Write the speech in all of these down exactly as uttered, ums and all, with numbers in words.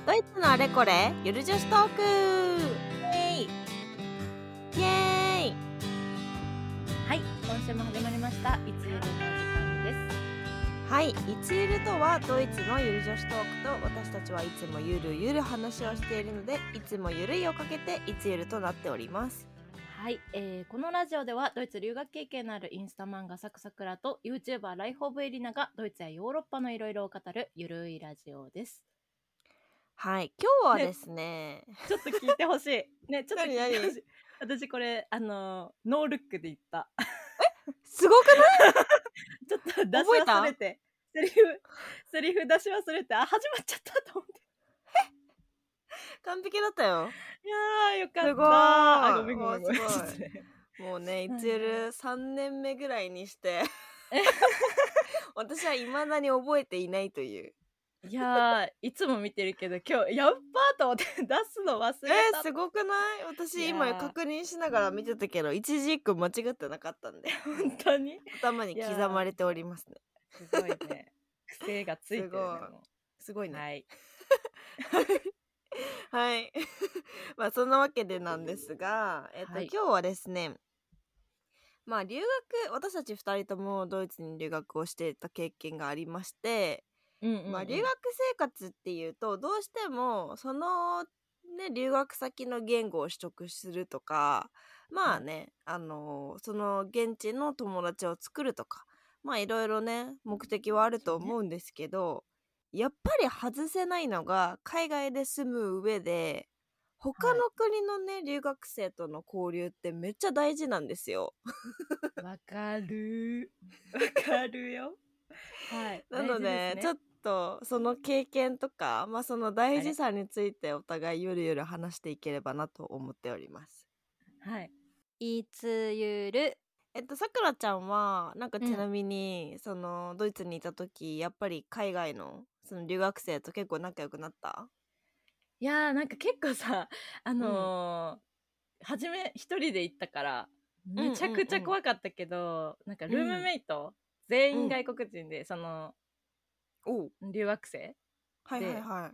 ドイツのあれこれゆる女子トークイエーイイエーイ。 はい、今週も始まりましたいつゆるの時間です。 はい、いつゆるとはドイツのゆる女子トークと、私たちはいつもゆるゆる話をしているので、いつもゆるいをかけていつゆるとなっております。 はい、えー、このラジオではドイツ留学経験のあるインスタ漫画サクサクラと YouTuber ライフオブエリナがドイツやヨーロッパのいろいろを語るゆるいラジオです。 はい、今日はですね、 ねちょっと聞いてほしいね、ちょっと聞いてほしい。私これあのー、ノールックで言ったすごくないちょっと出し忘れてセリフセリフ出し忘れて、あ、始まっちゃったと思って完璧だったよ。 いやーよかった。 すごい。 あ、ごめんごめんごめん。 もうすごいもうね、いつゆるさんねんめぐらいにして私は未だに覚えていないという。 いやーいつも見てるけど今日やっばーと思って出すの忘れた。 えー、すごくない？私今確認しながら見てたけど一字一句間違ってなかったんで本当に頭に刻まれておりますね。 すごいね癖がついてるね。 すごいすごいね。 はいはいまあそんなわけでなんですが、えっと、はい、今日はですね、まあ留学、私たちふたりともドイツに留学をしていた経験がありまして、うんうんうん、まあ留学生活っていうとどうしてもそのね留学先の言語を取得するとか、まあね、はい、あのその現地の友達を作るとか、まあいろいろね目的はあると思うんですけど、やっぱり外せないのが海外で住む上で他の国のね、はい、留学生との交流ってめっちゃ大事なんですよ。 わかるわかるよはいなの で, で、ね、ちょっとその経験とか、まあ、その大事さについてお互いゆるゆる話していければなと思っております。 はい、いつゆる。 えっとさくらちゃんはなんかちなみに、うん、そのドイツにいた時やっぱり海外のその留学生と結構仲良くなった？ いやーなんか結構さあのーうん、初め一人で行ったからめちゃくちゃ怖かったけど、うんうんうん、なんかルームメイト、うん、全員外国人で、うん、その留学生で、 はいはいはい、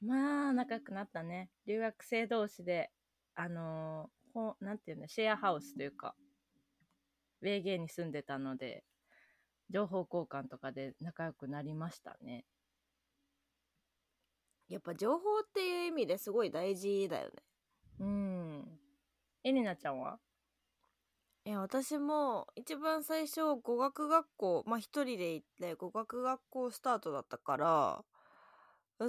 まあ仲良くなったね。留学生同士であのー、なんていうの、シェアハウスというかウェーゲーに住んでたので情報交換とかで仲良くなりましたね。 やっぱ情報っていう意味ですごい大事だよね。 うん。エリナちゃんは？ え私も一番最初語学学校、まあ一人で行って語学学校スタートだったから、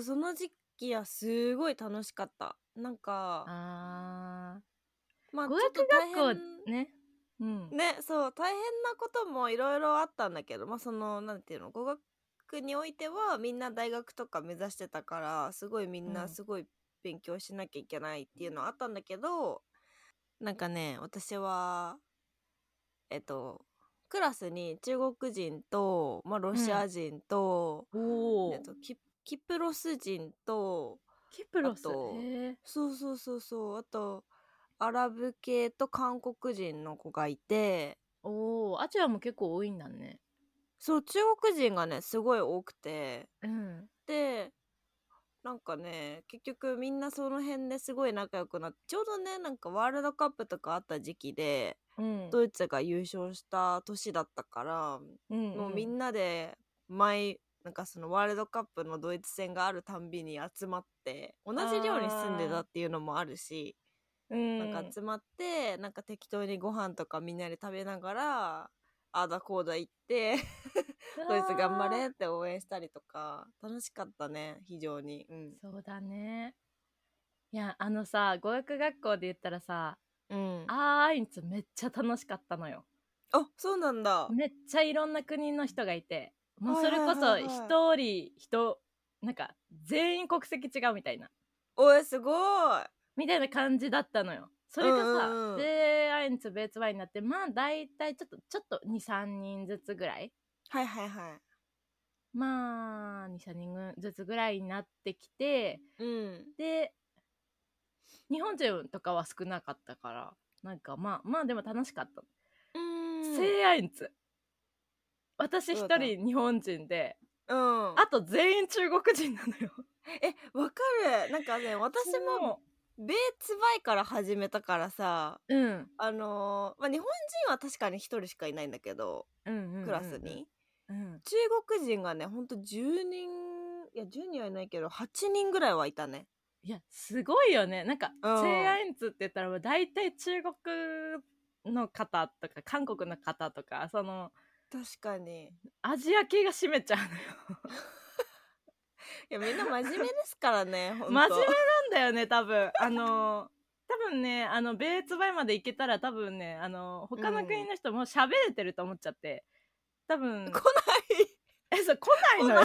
その時期はすごい楽しかった。なんかあまあ語学学校ね、 うん、ね、そう大変なこともいろいろあったんだけど、まあそのなんていうの、語学においてはみんな大学とか目指してたからすごいみんなすごい勉強しなきゃいけないっていうのはあったんだけど、なんかね私はえっとクラスに中国人と、まあ、ロシア人と、うん、えっと、キ, キプロス人とキプロス、 あとへそうそうそうそうあとアラブ系と韓国人の子がいて、 おー、アジアも結構多いんだね。 そう中国人がねすごい多くて、 うん、 でなんかね結局みんなその辺ですごい仲良くなって、ちょうどねなんかワールドカップとかあった時期で、うん、ドイツが優勝した年だったから、うんうん、もうみんなで毎なんかそのワールドカップのドイツ戦があるたんびに集まって同じ寮に住んでたっていうのもあるし、なんか集まってなんか適当にご飯とかみんなで食べながらあーだこーだ言ってドイツ頑張れって応援したりとか楽しかったね非常に、うん、 そうだね。いやあのさ語学学校で言ったらさ、うん、アーインツめっちゃ楽しかったのよ。 あ、そうなんだ。 めっちゃいろんな国の人がいて、もうそれこそ一人人なんか全員国籍違うみたいな、 おいすごいみたいな感じだったのよ。それがさ、でアインツベーツワイになって、まあ大体ちょっとちょっと にさんにんずつぐらい、 はいはいはい、 まあ にさんにんずつぐらいになってきて、うん、で日本人とかは少なかったからなんかまあまあでも楽しかった。うーん、セイアインツ私一人日本人で、うん、あと全員中国人なのよ。 え、わかる。なんかね、私もベーツバイから始めたからさ、 うん。 あのーまあ、日本人は確かに一人しかいないんだけど、 うんうんうんうん、 クラスに。 うん、 中国人がね、ほんとじゅうにん、いや、じゅうにんはいないけど、はちにんぐらいはいたね。 いや、すごいよね。なんか、 うん。 チェアインツって言ったら、大体中国の方とか、韓国の方とか、その、 確かに。 アジア系が占めちゃうのよ。 いや、みんな真面目ですからね、ほんと。 真面目なんだよね、多分。あの、多分ね、あの、ベーツバイまで行けたら多分ね、あの、他の国の人も喋れてると思っちゃって、多分。 来ないえ、そう、来ないのよ。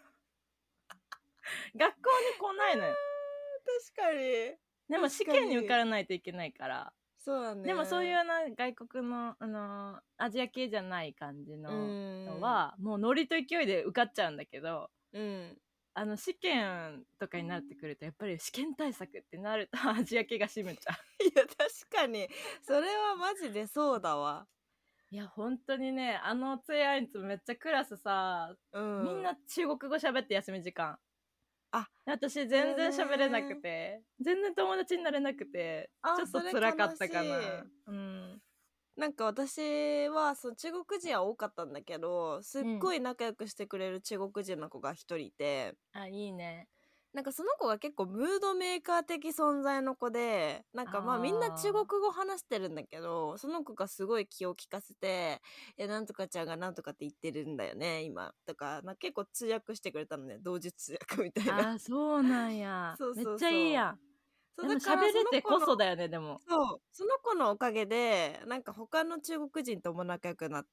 学校に来ないのよ。 確かに。 でも試験に受からないといけないから。 そうだね。 でもそういうな外国の、あのー、アジア系じゃない感じの人はもうノリと勢いで受かっちゃうんだけど、 うん、 あの試験とかになってくるとやっぱり試験対策ってなるとアジア系が占めちゃう。いや確かにそれはマジでそうだわ。 いや本当にね、あのツイアインツめっちゃクラスさ、うん、みんな中国語喋って休み時間。あ、私全然喋れなくて、全然友達になれなくて、ちょっと辛かったかな。うん。 なんか私はその中国人は多かったんだけど、すっごい仲良くしてくれる中国人の子が一人いて、 うん、あ、いいね。 なんかその子が結構ムードメーカー的存在の子で、なんかまあみんな中国語話してるんだけど、その子がすごい気を利かせて、いやなんとかちゃんがなんとかって言ってるんだよね今とか、なんか結構通訳してくれたのね、同時通訳みたいな。 あ、そうなんや。 そうそうそう、 めっちゃいいやん。でも喋れてこそだよね。でもそうその子のおかげでなんか他の中国人とも仲良くなって、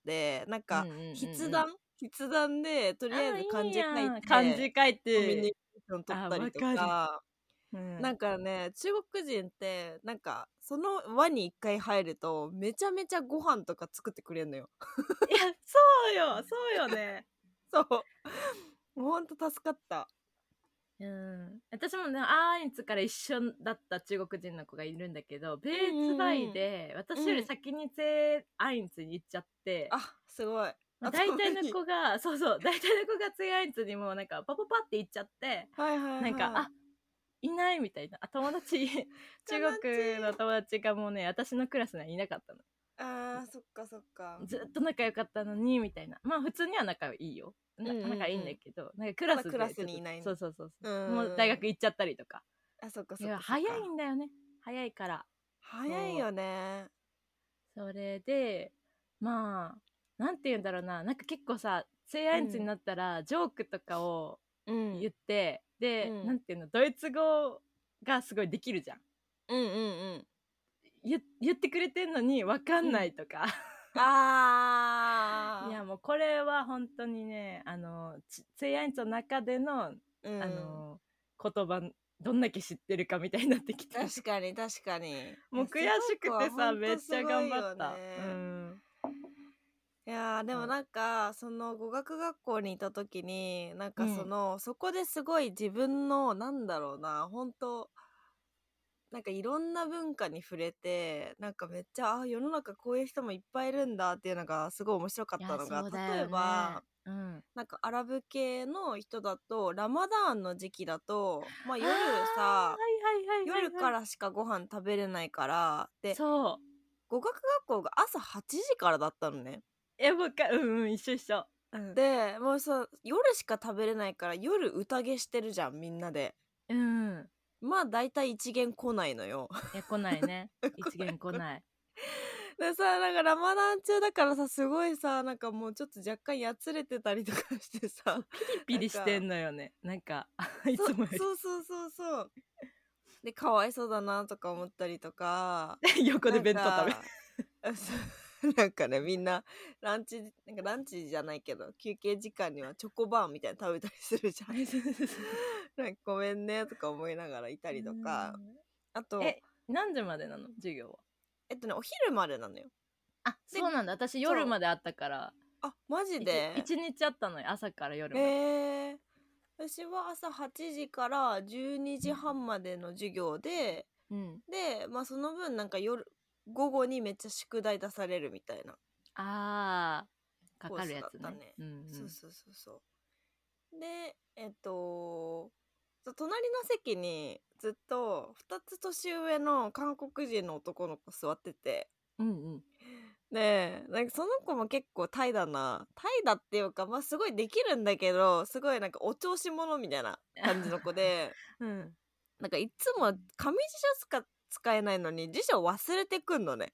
なんか筆談、筆談でとりあえず漢字書いて漢字書いてコミュニケーション取ったりとか、 うん、 なんかね中国人ってなんかその輪に一回入るとめちゃめちゃご飯とか作ってくれるのよ。 いやそうよそうよね。 そうもうほんと助かった。 うん、私もねアーインツから一緒だった中国人の子がいるんだけど、ベーツバイで私より先にツアーインツに行っちゃって、 うん、あすごい。 まあ、大体の子がそうそう大体の子がツアーインツにもなんかパパパって行っちゃって、 はいはいはい、 なんかあいないみたいな、友達中国の友達がもうね私のクラスにはいなかったの。 あーそっかそっか。 ずっと仲良かったのにみたいな。まあ普通には仲いいよ、うんうんうん、仲いいんだけど、なんかクラスでクラスにいないの。 そうそうそうそう、もう大学行っちゃったりとか。 あそっかそっか。いや早いんだよね、早いから。 早いよね。 それでまあなんて言うんだろうな、なんか結構さツイアインツになったら、うん、ジョークとかを言って、うん、で、うん、なんていうのドイツ語がすごいできるじゃん。 うんうんうん言, 言ってくれてんのに分かんないとか、 うん、あいやもうこれは本当にね、あのツイアインツの中での、うん、あの言葉どんだけ知ってるかみたいになってきて、 確かに確かにもう悔しくてさめっちゃ頑張った、うん、 いやでもなんかその語学学校にいた時になんかその、うん、そこですごい自分のなんだろうな本当なんかいろんな文化に触れて、なんかめっちゃあ世の中こういう人もいっぱいいるんだっていうのがすごい面白かったのが、ね、例えば、うん、なんかアラブ系の人だとラマダーンの時期だと、まあ、夜さ夜からしかご飯食べれないからで、そう語学学校が朝はちじからだったのね。 えもうかうんうん一緒一緒、 うん、でもうさ夜しか食べれないから夜宴してるじゃんみんなで。 うん、 まあ大体一元来ないのよ。 え来ないね一元来ないでさなんかラマダン中だからさすごいさなんかもうちょっと若干やつれてたりとかしてさピリピリしてんのよねなんかいつもよりそうそうそうそうでかわいそうだなとか思ったりとか横で弁当食べなんかねみんなランチなんかランチじゃないけど休憩時間にはチョコバーンみたいな食べたりするじゃんなんかごめんねとか思いながらいたりとか、あとえ何時までなの授業は？ えっとねお昼までなのよ。 あそうなんだ、私夜まであったから。 あマジで一日あったのよ朝から夜まで。 へえー、私は朝はちじからじゅうにじはんまでの授業で、うん、でまあその分なんか夜午後にめっちゃ宿題出されるみたいな。 あーかかるやつね。 うんうん、そうそうそうそう。でえっと隣の席にずっとふたつ年上の韓国人の男の子座ってて、 うんうん、 でなんかその子も結構怠惰な怠惰っていうか、まあすごいできるんだけど、すごいなんかお調子者みたいな感じの子でうん、 なんかいつも紙辞書しか使えないのに辞書忘れてくんのね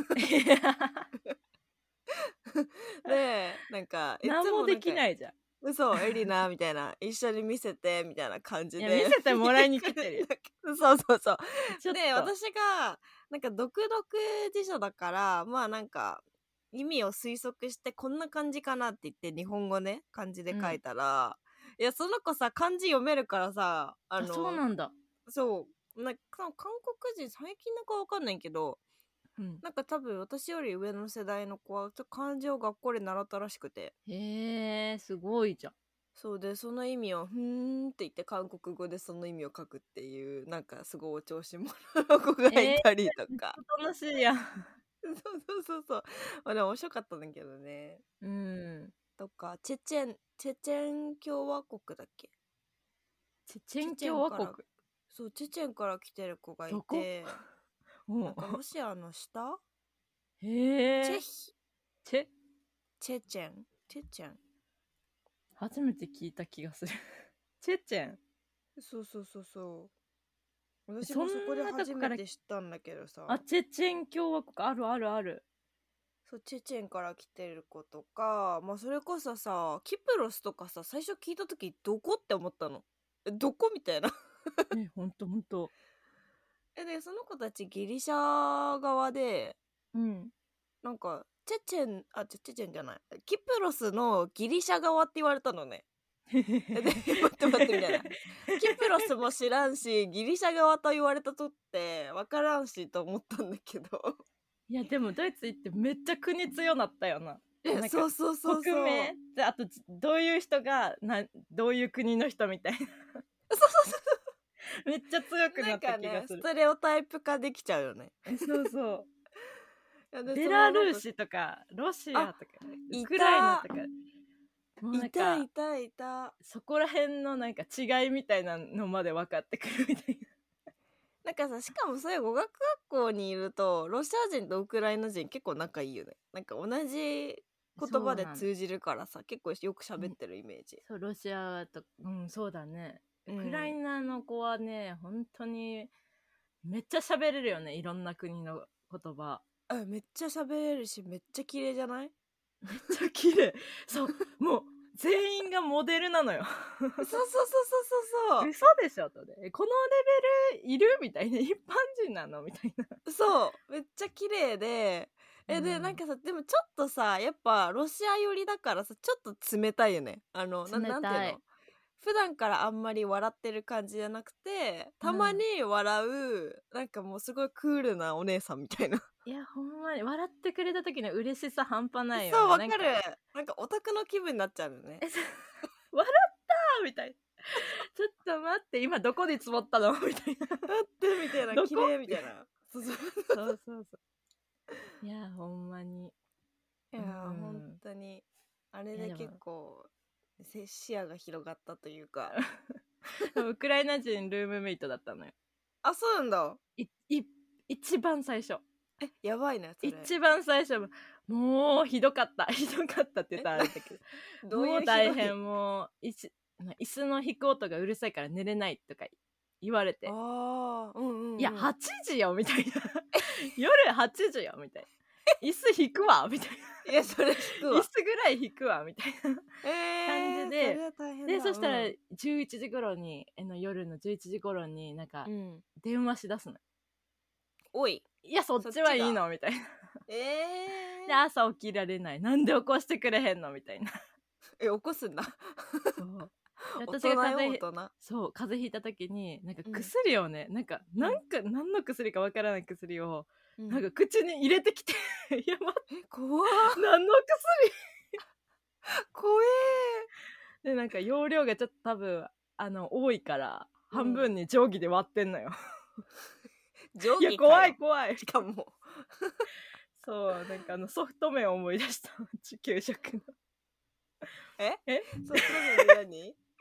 でなんかい何もでつもなんかきないじゃん。 嘘エリナみたいな一緒に見せてみたいな感じいやで見せてもらいに来てるよそうそうそうちょっとで私がなんか読読辞書だからまあなんか意味を推測してこんな感じかなって言って日本語ね漢字で書いたら、うん、いやその子さ漢字読めるからさあのあそうなんだ。 そうなんか韓国人最近なんかわかんないけど、 うん、 なんか多分私より上の世代の子はちょっと漢字を学校で習ったらしくて、 へえすごいじゃん。 そうでその意味をふーんって言って韓国語でその意味を書くっていうなんかすごいお調子者の子がいたりとか、 えー、楽しいやんそうそうそうそうまあでも面白かったんだけどね。 うんとかチェチェンチェチェン共和国だっけ、 チェチェン共和国。 そうチェチェンから来てる子がいてなんかロシアの下へえチェヒチェチェチェンチェチェン初めて聞いた気がするチェチェン。 そうそうそうそう私もそこで初めて知ったんだけどさ、 あチェチェン共和国あるあるある。 そうチェチェンから来てる子とか、まあそれこそさキプロスとかさ最初聞いた時どこって思ったの、えどこみたいなえほんとほんと。 えでその子たちギリシャ側で、 うん、 なんかチェチェンあチェチェンじゃないキプロスのギリシャ側って言われたのねで待って待ってみたいなキプロスも知らんしギリシャ側と言われたとって分からんしと思ったんだけどいやでもドイツ行ってめっちゃ国強なったよな。 えなんかそうそうそうそう国名であとどういう人がなどういう国の人みたいなそうそうそうめっちゃ強くなった気がする。 なんかねステレオタイプ化できちゃうよねそうそうベベラルーシとかロシアとかウクライナとかもうなんかいたいたいたそこら辺のなんか違いみたいなのまで分かってくるみたいな。 なんかさしかもそういう語学学校にいるとロシア人とウクライナ人結構仲いいよね。なんか同じ言葉で通じるからさ結構よく喋ってるイメージ。 そうロシアとうんそうだね。ウクライナの子はね、うん、本当にめっちゃ喋れるよねいろんな国の言葉。 あめっちゃ喋れるしめっちゃ綺麗じゃない？ めっちゃ綺麗そうもう全員がモデルなのよそうそうそうそうそうそう嘘でしょとでこのレベルいるみたいな一般人なのみたいなそうめっちゃ綺麗でえ、うん、でなんかさでもちょっとさやっぱロシア寄りだからさちょっと冷たいよね。あのななんていうの普段からあんまり笑ってる感じじゃなくてたまに笑う、うん、なんかもうすごいクールなお姉さんみたいな。 いやほんまに笑ってくれた時の嬉しさ半端ないよね。 そうわかる。なんかオタクの気分になっちゃうよね。 笑ったみたいなちょっと待って今どこで積もったのみたいな待ってみたいな綺麗みたいなそうそうそうそういやほんまにいや、うん、本当にあれで結構視野が広がったというかウクライナ人ルームメイトだったのよ。 あそうなんだ。 いい一番最初えやばいねそれ。 一番最初もうひどかったひどかったって言ったらあれだけどどういうもう大変もう椅子の引く音がうるさいから寝れないとか言われてあ、うんうんうん、 いやはちじよみたいな夜はちじよみたいな椅子引くわみたいな。 いやそれ引くわ椅子ぐらい引くわみたいな、 えー、 感じでそれは大変だ。 でそしたらじゅういちじ頃に、うん、の夜のじゅういちじ頃になんか電話し出すの、うん、 おいいやそっちはいいのみたいなえー、 で朝起きられないなんで起こしてくれへんのみたいなえ起こすんだそう私が風邪そう風邪ひいた時になんか薬をね、うん、なんかなんか何の薬かわからない薬を、うん、なんか口に入れてきていや待ってえ怖何の薬怖えでなんか容量がちょっと多分あの多いから半分に定規で割ってんのよ、 うん、定規いや怖い怖いしかもそうなんかあのソフト麺を思い出した給食のええソフト麺で何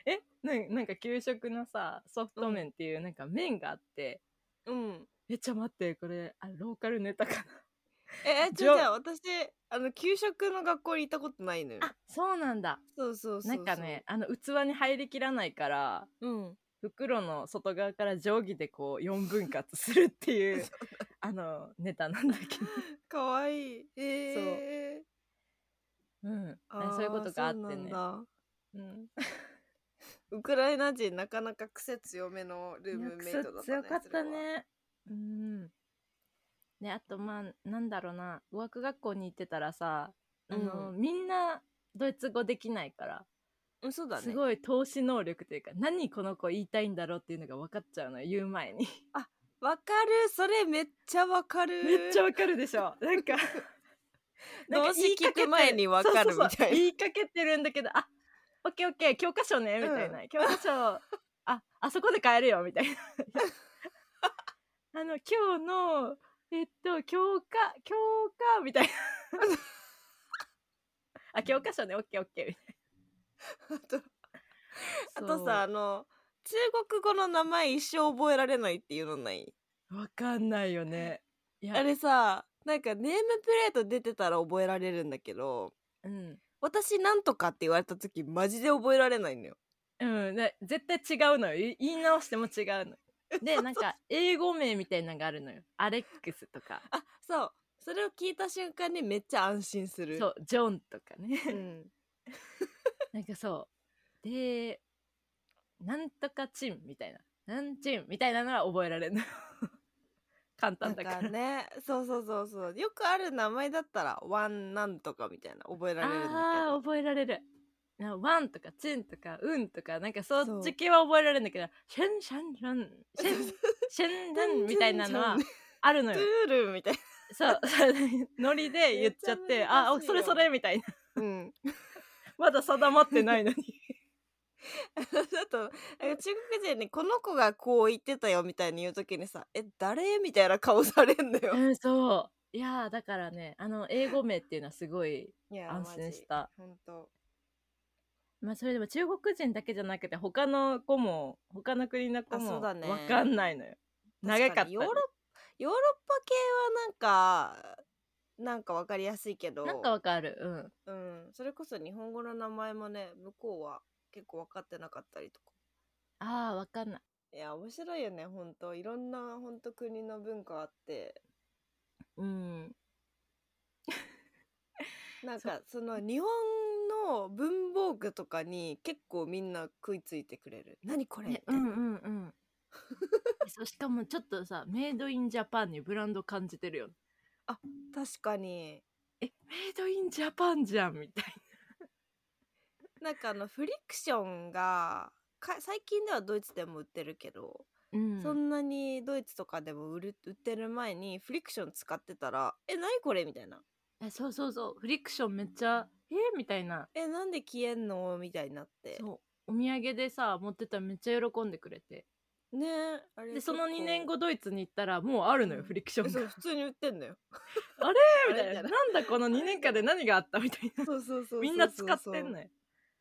えな、なんか給食のさソフト麺っていうなんか麺があって、 うん、 えちょ待ってこれあローカルネタかなええじゃあ私あの給食の学校に行ったことないのよ。 あそうなんだ。 そうそうそうそう。 なんかねあの器に入りきらないから、 うん、 袋の外側から定規でこうよんぶん割するっていうあのネタなんだけどかわいい。えー、 そう、うん、 あそういうことがあってね。 うん、ウクライナ人なかなか癖強めのルームメイトだったね。 強かったね。うん。であとまあなんだろうな語学学校に行ってたらさあの、うん、みんなドイツ語できないから、 うん、そうだね、 すごい投資能力というか何この子言いたいんだろうっていうのが分かっちゃうのよ言う前に。 あわかるそれめっちゃわかるめっちゃわかるでしょなんか動詞聞く前にわかるみたいな。そうそうそう言いかけてるんだけどあオッケーオッケー教科書ねみたいな、うん、教科書ああそこで買えるよみたいなあの今日のえっと教科教科みたいなあ教科書ねオッケーオッケーみたいなあとさあの中国語の名前一生覚えられないっていうのない？ わかんないよね。 いやあれさなんかネームプレート出てたら覚えられるんだけど、うん、私なんとかって言われた時マジで覚えられないのよ。 うん絶対違うのよ言い直しても違うのでなんか英語名みたいなのがあるのよアレックスとか。 あそうそれを聞いた瞬間にめっちゃ安心する。 そうジョンとかね、うん、なんかそうでなんとかチンみたいななんチンみたいなのは覚えられるの簡単だから。 なんかねそうそうそうそうよくある名前だったらワンなんとかみたいな覚えられるんだけど。 あー覚えられるワンとかチンとかうんとかなんかそっち系は覚えられるんだけどシェンシャンシャンシェンシェンシャンみたいなのはあるのよ。 トゥールみたいなそうノリで言っちゃってあそれそれみたいな、うん、まだ定まってないのにだと中国人にこの子がこう言ってたよみたいに言う時にさえ誰みたいな顔されんだよ、 うん、そういやだからねあの英語名っていうのはすごい安心した。 本当まあそれでも中国人だけじゃなくて他の子も他の国の子も分かんないのよ、ね、長かったり。 ヨーロヨーロッパ系はなんかなんか分かりやすいけどなんか分かるうん、 うん、それこそ日本語の名前もね向こうは結構分かってなかったりとか。 あー分かんない。 いや面白いよね本当いろんな本当国の文化あってうんなんかその日本の文房具とかに結構みんな食いついてくれる。何これみたいな。うんうんうんそうしかもちょっとさメイドインジャパンにブランド感じてるよ。 あ確かにえメイドインジャパンじゃんみたいななんかあのフリクションがか最近ではドイツでも売ってるけど、うん、そんなにドイツとかでも売る売ってる前にフリクション使ってたらえ何これみたいな。 えそうそうそうフリクションめっちゃえみたいなえなんで消えんのみたいになって。 そうお土産でさ持ってたらめっちゃ喜んでくれてねあれでそのにねんごドイツに行ったらもうあるのよ、うん、フリクションが。 そう普通に売ってんのよあれみたいななんだこのにねんかんで何があったみたいなそうそうそうみんな使ってんのよ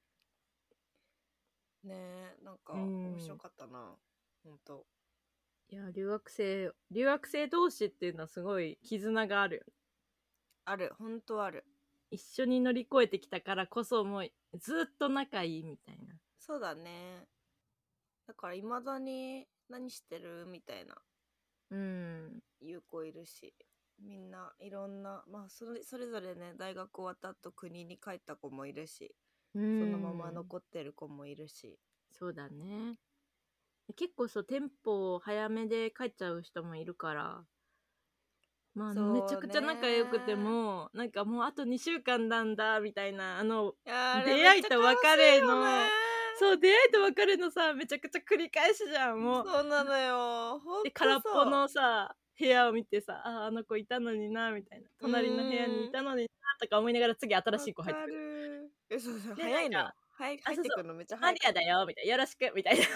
ねえなんか面白かったな、うん、ほんと。 いや留学生留学生同士っていうのはすごい絆があるよね。 あるほんとある。 一緒に乗り越えてきたからこそもうずっと仲いいみたいな。 そうだねだからいまだに何してるみたいなうん言う子いるしみんないろんなまあそれ、それぞれね大学終わった後国に帰った子もいるしそのまま残ってる子もいるし。 そうだね結構そうテンポ早めで帰っちゃう人もいるからまあ、ね、めちゃくちゃ仲良くてもなんかもうあとにしゅうかんなんだみたいなあの出会いと別れのそう出会いと別れのさめちゃくちゃ繰り返しじゃんもう。 そうなのよほんとそうで空っぽのさ部屋を見てさああの子いたのになみたいな隣の部屋にいたのになとか思いながら次新しい子入ってくる。えそうそう早いのよ入ってくるのめっちゃ早い。マリアだよみたいなよろしくみたいな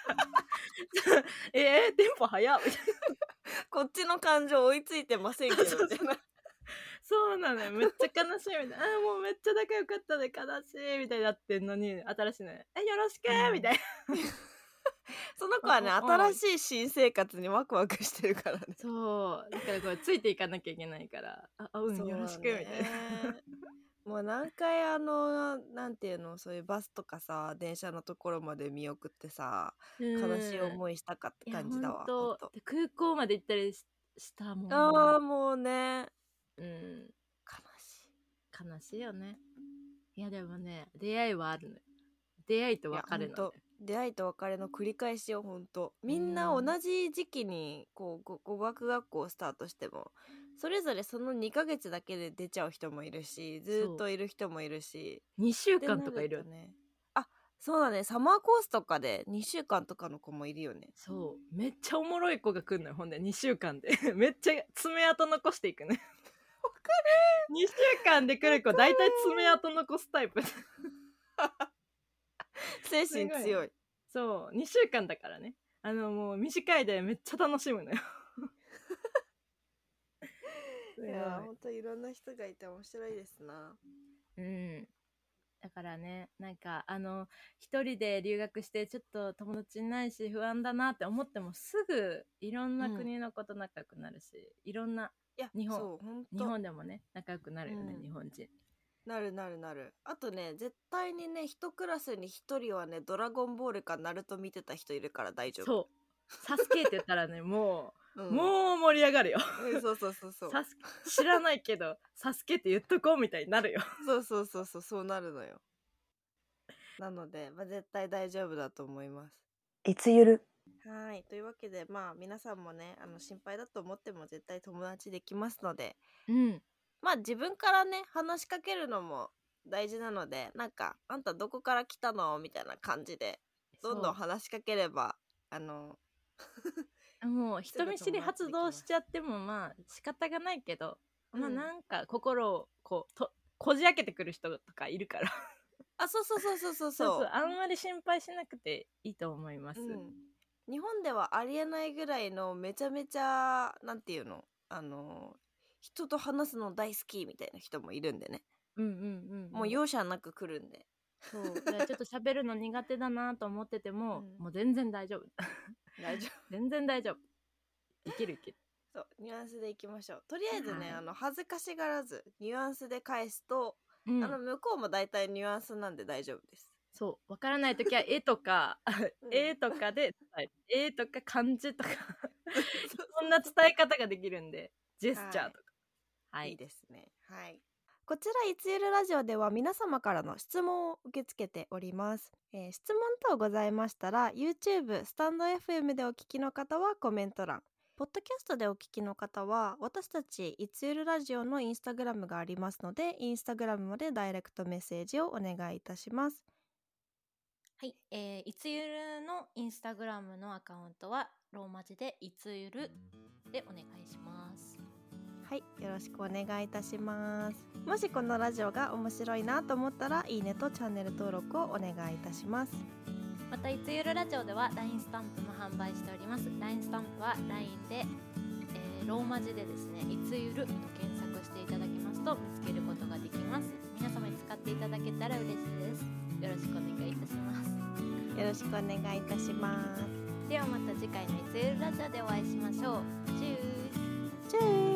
えー、テンポ早っみたいなこっちの感情追いついてませんけどみたいなそうなのよ、めっちゃ悲しいみたいなあもうめっちゃ仲良かったで悲しいみたいになってんのに、新しいねえよろしくーみたいなその子はね、 うん新しい新生活にワクワクしてるからね。 そうだからこれついていかなきゃいけないからああうんそうよろしくみたいなねもう何回あのなんていうのそういうバスとかさ電車のところまで見送ってさ悲しい思いしたかって感じだわ。 いやほんとほんとで空港まで行ったり し, したもん。 あーもうねうん悲しい悲しいよね。いやでもね出会いはあるのよ。出会いと別れなのよ。 出会いと別れの繰り返しよほんと。みんな同じ時期にこう語学学校をスタートしてもそれぞれそのにかげつだけで出ちゃう人もいるしずっといる人もいるしにしゅうかんとかいるよね。あそうだねサマーコースとかでにしゅうかんとかの子もいるよね。 そうめっちゃおもろい子が来んのよ。ほんでにしゅうかんでめっちゃ爪痕残していくねわかるにしゅうかんで来る子大体爪痕残すタイプ精神強い。 そうにしゅうかんだからねあのもう短いでめっちゃ楽しむのよいやほんといろんな人がいて面白いですな。 うんだからねなんかあの一人で留学してちょっと友達いないし不安だなって思ってもすぐいろんな国の子と仲良くなるし、うん、いろんないや日本そうほんと日本でもね仲良くなるよね、うん、日本人なるなるなる。あとね絶対にね一クラスに一人はねドラゴンボールかナルト見てた人いるから大丈夫。 そうサスケって言ったらねもう、うん、もう盛り上がるよ、 うん、そうそうそうそうサス知らないけどサスケって言っとこうみたいになるよそうそうそうそうそうなるのよ。なので、まあ、絶対大丈夫だと思います。 いつゆるはいというわけでまあ皆さんもねあの心配だと思っても絶対友達できますので、 うん、 まあ自分からね話しかけるのも大事なのでなんかあんたどこから来たのみたいな感じでどんどん話しかければあのもう人見知り発動しちゃってもまあ仕方がないけど、うん、まあなんか心をこうとこじ開けてくる人とかいるからあそうそうそうそうそうそうそうあんまり心配しなくていいと思います、うん、 日本ではありえないぐらいのめちゃめちゃなんていうのあの人と話すの大好きみたいな人もいるんでねうんうんうん、うん、 もう容赦なく来るんでそうだからちょっと喋るの苦手だなと思ってても、うん、もう全然大丈夫大丈夫全然大丈夫いけるいけるそうニュアンスでいきましょう。とりあえずね、はい、あの恥ずかしがらずニュアンスで返すと、うん、あの向こうも大体ニュアンスなんで大丈夫です。 そう分からないときは絵とか、うん、絵とかで伝える絵とか漢字とかそんな伝え方ができるんでジェスチャーとか、 はい、はい、いいですね。はいこちらいつゆるラジオでは皆様からの質問を受け付けております、えー、質問等ございましたら YouTube、スタンド エフエム でお聞きの方はコメント欄、ポッドキャストでお聞きの方は私たちいつゆるラジオのインスタグラムがありますのでインスタグラムまでダイレクトメッセージをお願いいたします。 はい、えー、いつゆるのインスタグラムのアカウントはローマ字でいつゆるでお願いします。 はい、よろしくお願いいたします。もしこのラジオが面白いなと思ったらいいねとチャンネル登録をお願いいたします。 またいつゆるラジオでは ライン スタンプも販売しております。 ライン スタンプは ライン で、えー、ローマ字でですねいつゆると検索していただきますと見つけることができます。皆様に使っていただけたら嬉しいです。よろしくお願いいたします。 よろしくお願いいたします。 ではまた次回のいつゆるラジオでお会いしましょう。チュースチュース。